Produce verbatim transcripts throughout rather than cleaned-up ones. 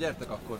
gyertek akkor.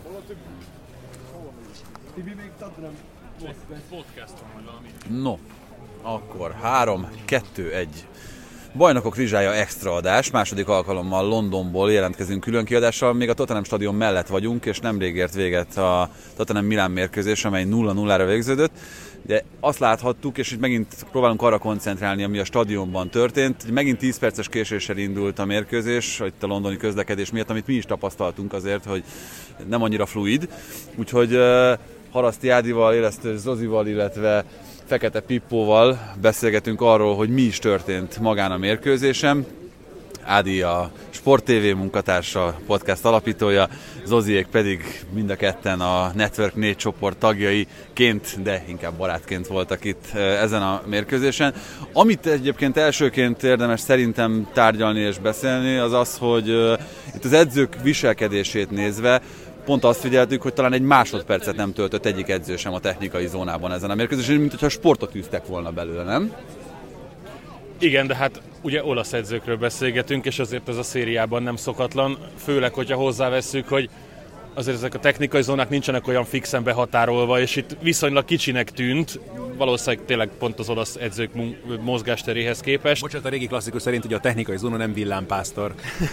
No, akkor három, kettő, egy. Bajnokok Rizsája extra adás, második alkalommal Londonból jelentkezünk külön kiadással, még a Tottenham stadion mellett vagyunk, és nemrég ért véget a Tottenham Milán mérkőzés, amely nulla nullára végződött. De azt láthattuk, és itt megint próbálunk arra koncentrálni, ami a stadionban történt, hogy megint tíz perces késéssel indult a mérkőzés, itt a londoni közlekedés miatt, amit mi is tapasztaltunk azért, hogy nem annyira fluid. Úgyhogy uh, Haraszti Ádival, Élesztő Zozival, illetve Fekete Pippóval beszélgetünk arról, hogy mi is történt magán a mérkőzésen. Ádi a Sport té vé munkatársa, podcast alapítója, Zoziék pedig mind a ketten a Network négy csoport tagjaiként, de inkább barátként voltak itt ezen a mérkőzésen. Amit egyébként elsőként érdemes szerintem tárgyalni és beszélni, az az, hogy itt az edzők viselkedését nézve pont azt figyeltük, hogy talán egy másodpercet nem töltött egyik edző sem a technikai zónában ezen a mérkőzésen, mint hogyha sportot űztek volna belőle, nem? Igen, de hát ugye olasz edzőkről beszélgetünk, és azért ez a szériában nem szokatlan, főleg, hogyha hozzávesszük, hogy azért ezek a technikai zónák nincsenek olyan fixen behatárolva, és itt viszonylag kicsinek tűnt, valószínűleg tényleg pont az olasz edzők mozgásteréhez képest. Bocsánat, a régi klasszikus szerint, hogy a technikai zóna nem villámpásztor.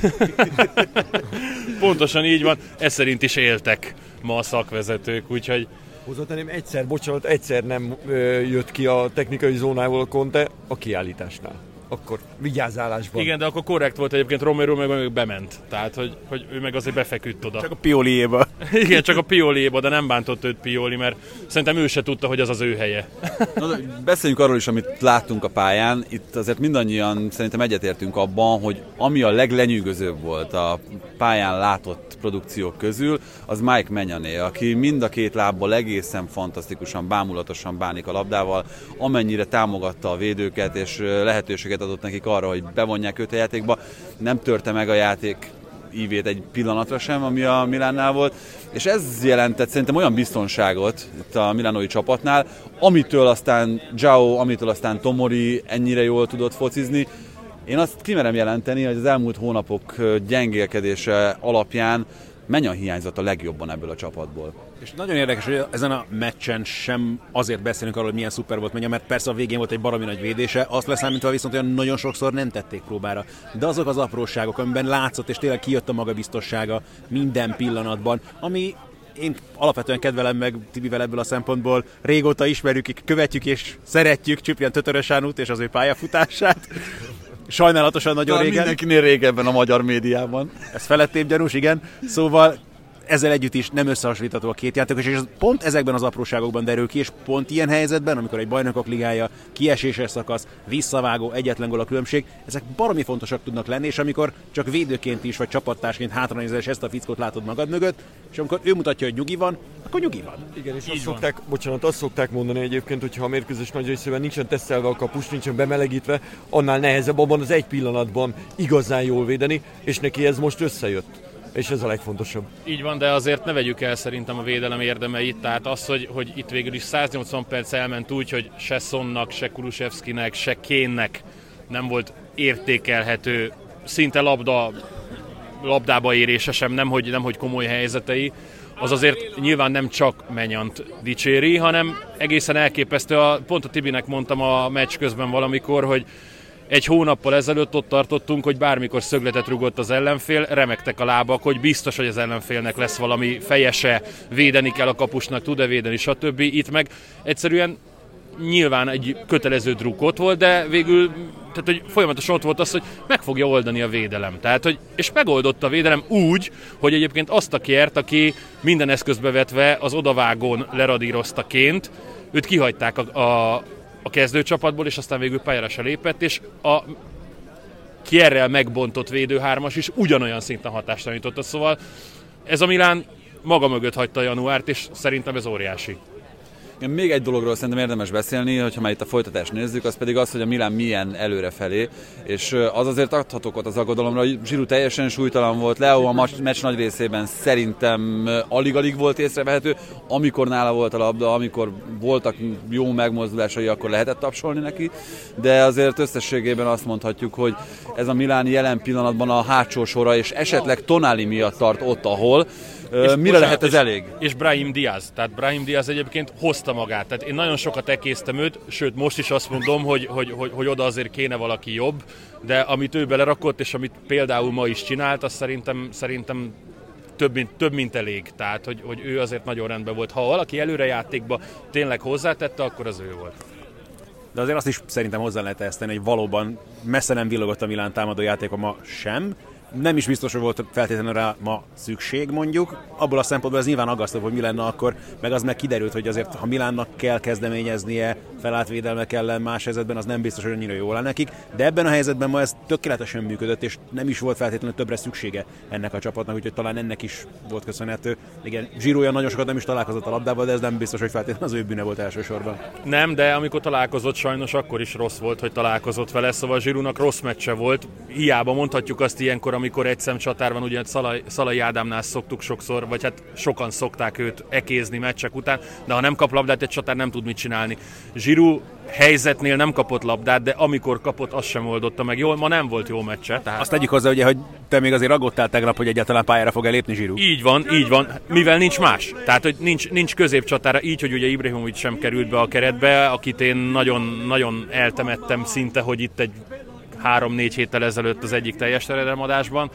Pontosan így van, ez szerint is éltek ma a szakvezetők, úgyhogy... Hozzátenném, egyszer, bocsánat, egyszer nem ö, jött ki a technikai zónából a Conte a kiállításnál. Akkor vigyázálásban. Igen, de akkor korrekt volt egyébként, Romero meg, meg bement. Tehát, hogy, hogy ő meg azért befeküdt oda. Csak a Pioliéba. Igen, csak a Pioliéba, de nem bántott őt Pioli, mert szerintem ő se tudta, hogy az az ő helye. Na, beszéljünk arról is, amit láttunk a pályán. Itt azért mindannyian szerintem egyetértünk abban, hogy ami a leglenyűgözőbb volt a pályán látott produkciók közül, az Mike Maignané, aki mind a két lábbal egészen fantasztikusan, bámulatosan bánik a labdával, amennyire támogatta a védőket, és lehetőséget adott nekik arra, hogy bevonják őt a játékba. Nem törte meg a játék ívét egy pillanatra sem, ami a Milánnál volt, és ez jelentett szerintem olyan biztonságot itt a milánói csapatnál, amitől aztán João, amitől aztán Tomori ennyire jól tudott focizni. Én azt kimerem jelenteni, hogy az elmúlt hónapok gyengélkedése alapján Maignan hiányzott a legjobban ebből a csapatból. És nagyon érdekes, hogy ezen a meccsen sem azért beszélünk arról, hogy milyen szuper volt Maignan, mert persze a végén volt egy baromi nagy védése, azt leszámítva viszont olyan nagyon sokszor nem tették próbára. De azok az apróságok, amiben látszott, és tényleg kijött a magabiztossága minden pillanatban, ami én alapvetően kedvelem meg Tibivel ebből a szempontból, régóta ismerjük, követjük és szeretjük Cyprian Tötörösánút és az ő pályafutását. Sajnálatosan nagyon Talán régen. Mindenkinél régebben a magyar médiában. Ez felettébb gyanús, igen. Szóval ezzel együtt is nem összehasonlítható a két játékos, és pont ezekben az apróságokban derül ki, és pont ilyen helyzetben, amikor egy bajnokok ligája, kieséses szakasz, visszavágó, egyetlen gól a különbség, ezek baromi fontosak tudnak lenni, és amikor csak védőként is, vagy csapattársként hátranézel, és ezt a fickót látod magad mögött, és amikor ő mutatja, hogy nyugi van, akkor nyugi van. Igen, és azt szokták, bocsánat, azt szokták mondani egyébként, hogyha a mérkőzés nagy részében nincsen tesztelve a kapus, nincsen bemelegítve, annál nehezebb abban az egy pillanatban igazán jól védeni, és neki ez most összejött. És ez a legfontosabb. Így van, de azért ne vegyük el szerintem a védelem érdemeit, tehát az, hogy, hogy itt végül is száznyolcvan perc elment úgy, hogy se Sonnak, se Kulusevskinek, se Kénnek nem volt értékelhető, szinte labda, labdába érése sem, nemhogy, nemhogy komoly helyzetei, az azért nyilván nem csak Maignant dicséri, hanem egészen elképesztő, a, pont a Tibinek mondtam a meccs közben valamikor, hogy egy hónappal ezelőtt ott tartottunk, hogy bármikor szögletet rugott az ellenfél, remegtek a lábak, hogy biztos, hogy az ellenfélnek lesz valami fejese, védeni kell a kapusnak, tud-e védeni, stb. Itt meg egyszerűen nyilván egy kötelező druk ott volt, de végül tehát, hogy folyamatosan ott volt az, hogy meg fogja oldani a védelem. Tehát, hogy, és megoldotta a védelem úgy, hogy egyébként azt a Kjert, aki minden eszközbe vetve az odavágón leradíroztaként, őt kihagyták a, a a kezdőcsapatból, és aztán végül pályára se lépett, és a Kjerrel megbontott védőhármas is ugyanolyan szinten hatástalanította. Szóval ez a Milán maga mögött hagyta a januárt, és szerintem ez óriási. Még egy dologról szerintem érdemes beszélni, hogyha már itt a folytatást nézzük, az pedig az, hogy a Milán milyen előrefelé, és az azért adhatok ott az aggodalomra, hogy Giroud teljesen súlytalan volt, Leo a meccs nagy részében szerintem alig-alig volt észrevehető, amikor nála volt a labda, amikor voltak jó megmozdulásai, akkor lehetett tapsolni neki, de azért összességében azt mondhatjuk, hogy ez a Milán jelen pillanatban a hátsó sora, és esetleg Tonali miatt tart ott, ahol Mire bocsánat, lehet ez és, elég? És Brahim Diaz. Tehát Brahim Diaz egyébként hozta magát. Tehát én nagyon sokat ekéztem őt, sőt most is azt mondom, hogy, hogy, hogy, hogy oda azért kéne valaki jobb, de amit ő belerakott, és amit például ma is csinált, az szerintem, szerintem több, mint, több mint elég. Tehát, hogy, hogy ő azért nagyon rendben volt. Ha valaki előrejátékba tényleg hozzátette, akkor az ő volt. De azért azt is szerintem hozzá lehet ezt tenni, hogy valóban messze nem villogott a Milán támadó játéka ma sem. Nem is biztos, hogy volt feltétlenül rá ma szükség, mondjuk. Abból a szempontból ez nyilván aggasztó, hogy mi lenne akkor, meg az meg kiderült, hogy azért, ha Milánnak kell kezdeményeznie felállt védelmek ellen más helyzetben, az nem biztos, hogy annyira jól áll nekik. De ebben a helyzetben ma ez tökéletesen működött, és nem is volt feltétlenül többre szüksége ennek a csapatnak, úgyhogy talán ennek is volt köszönhető. Igen, Giroud nagyon sokat nem is találkozott a labdával, de ez nem biztos, hogy feltétlenül az ő bűne volt elsősorban. Nem, de amikor találkozott, sajnos akkor is rossz volt, hogy találkozott vele, szóval Giroudnak rossz meccse volt. Hiába mondhatjuk azt ilyenkor, amikor egy szemcsatár van, ugye Szalai, Szalai Ádámnál szoktuk sokszor, vagy hát sokan szokták őt ekézni meccsek után, de ha nem kap labdát, egy csatár nem tud mit csinálni. Giroud helyzetnél nem kapott labdát, de amikor kapott, azt sem oldotta meg jól. Ma nem volt jó meccse. Tehát... Azt tegyük hozzá, ugye, hogy te még azért aggódtál tegnap, hogy egyáltalán pályára fog elépni Giroud. Így van, így van, mivel nincs más. Tehát, hogy nincs, nincs középcsatára, így, hogy ugye Ibrahimovic sem került be a keretbe, akit én nagyon, nagyon eltemettem szinte, hogy itt egy három-négy héttel ezelőtt az egyik teljes terjedelmadásban.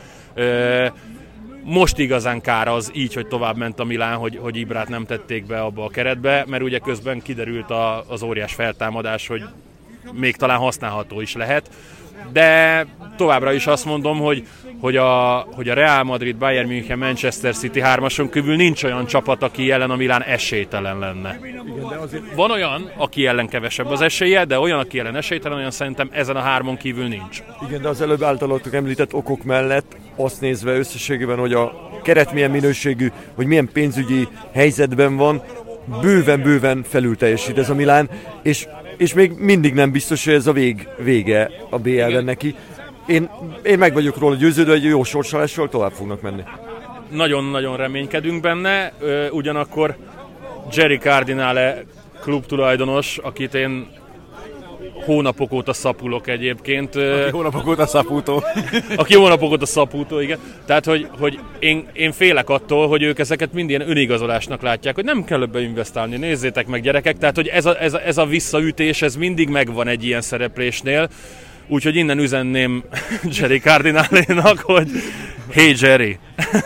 Most igazán kár az így, hogy tovább ment a Milán, hogy, hogy Ibrát nem tették be abba a keretbe, mert ugye közben kiderült a, az óriás feltámadás, hogy még talán használható is lehet. De továbbra is azt mondom, hogy, hogy, a, hogy a Real Madrid, Bayern München, Manchester City hármason kívül nincs olyan csapat, aki ellen a Milán esélytelen lenne. Van olyan, aki ellen kevesebb az esélye, de olyan, aki ellen esélytelen, olyan szerintem ezen a hármon kívül nincs. Igen, de az előbb általatok említett okok mellett azt nézve összességében, hogy a keret milyen minőségű, hogy milyen pénzügyi helyzetben van, bőven-bőven felül teljesít ez a Milán, és és még mindig nem biztos, hogy ez a vég, vége a bé el-ben neki. Én, én meg vagyok róla győződve, hogy jó sorsolással tovább fognak menni. Nagyon-nagyon reménykedünk benne, ugyanakkor Jerry Cardinale klubtulajdonos, akit én hónapok óta szapulok egyébként. Aki hónapok óta szapútó. Aki hónapok óta szapútó, igen. Tehát, hogy, hogy én, én félek attól, hogy ők ezeket mind ilyen önigazolásnak látják, hogy nem kell ebbe investálni, nézzétek meg gyerekek. Tehát, hogy ez a, ez a, ez a visszaütés, ez mindig megvan egy ilyen szereplésnél. Úgyhogy innen üzenném Jerry Cardinalénak, hogy hey Jerry,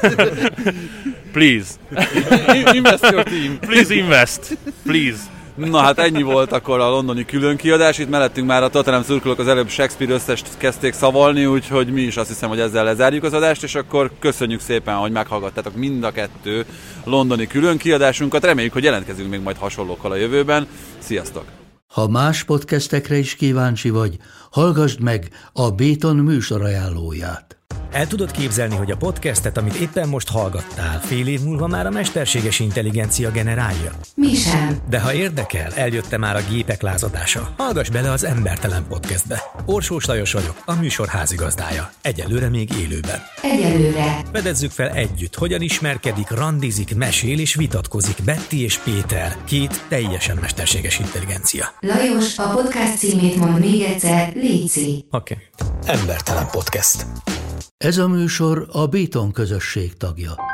please. Invest your team. Please invest. Please. Na hát ennyi volt akkor a londoni különkiadás. Itt mellettünk már a Tottenham szurkolók az előbb Shakespeare összest kezdték szavalni, úgyhogy mi is azt hiszem, hogy ezzel lezárjuk az adást, és akkor köszönjük szépen, hogy meghallgattátok mind a kettő londoni különkiadásunkat. Reméljük, hogy jelentkezünk még majd hasonlókkal a jövőben. Sziasztok! Ha más podcastekre is kíváncsi vagy, hallgassd meg a Béton műsor ajánlóját. El tudod képzelni, hogy a podcastet, amit éppen most hallgattál, fél év múlva már a mesterséges intelligencia generálja? Mi sem. De ha érdekel, eljött már a gépek lázadása. Hallgass bele az Embertelen Podcastbe. Orsós Lajos vagyok, a műsor házigazdája. Egyelőre még élőben. Egyelőre. Fedezzük fel együtt, hogyan ismerkedik, randizik, mesél és vitatkozik Betty és Péter, két teljesen mesterséges intelligencia. Lajos, a podcast címét mond még egyszer, léci. Oké. Okay. Embertelen Podcast. Ez a műsor a Béton közösség tagja.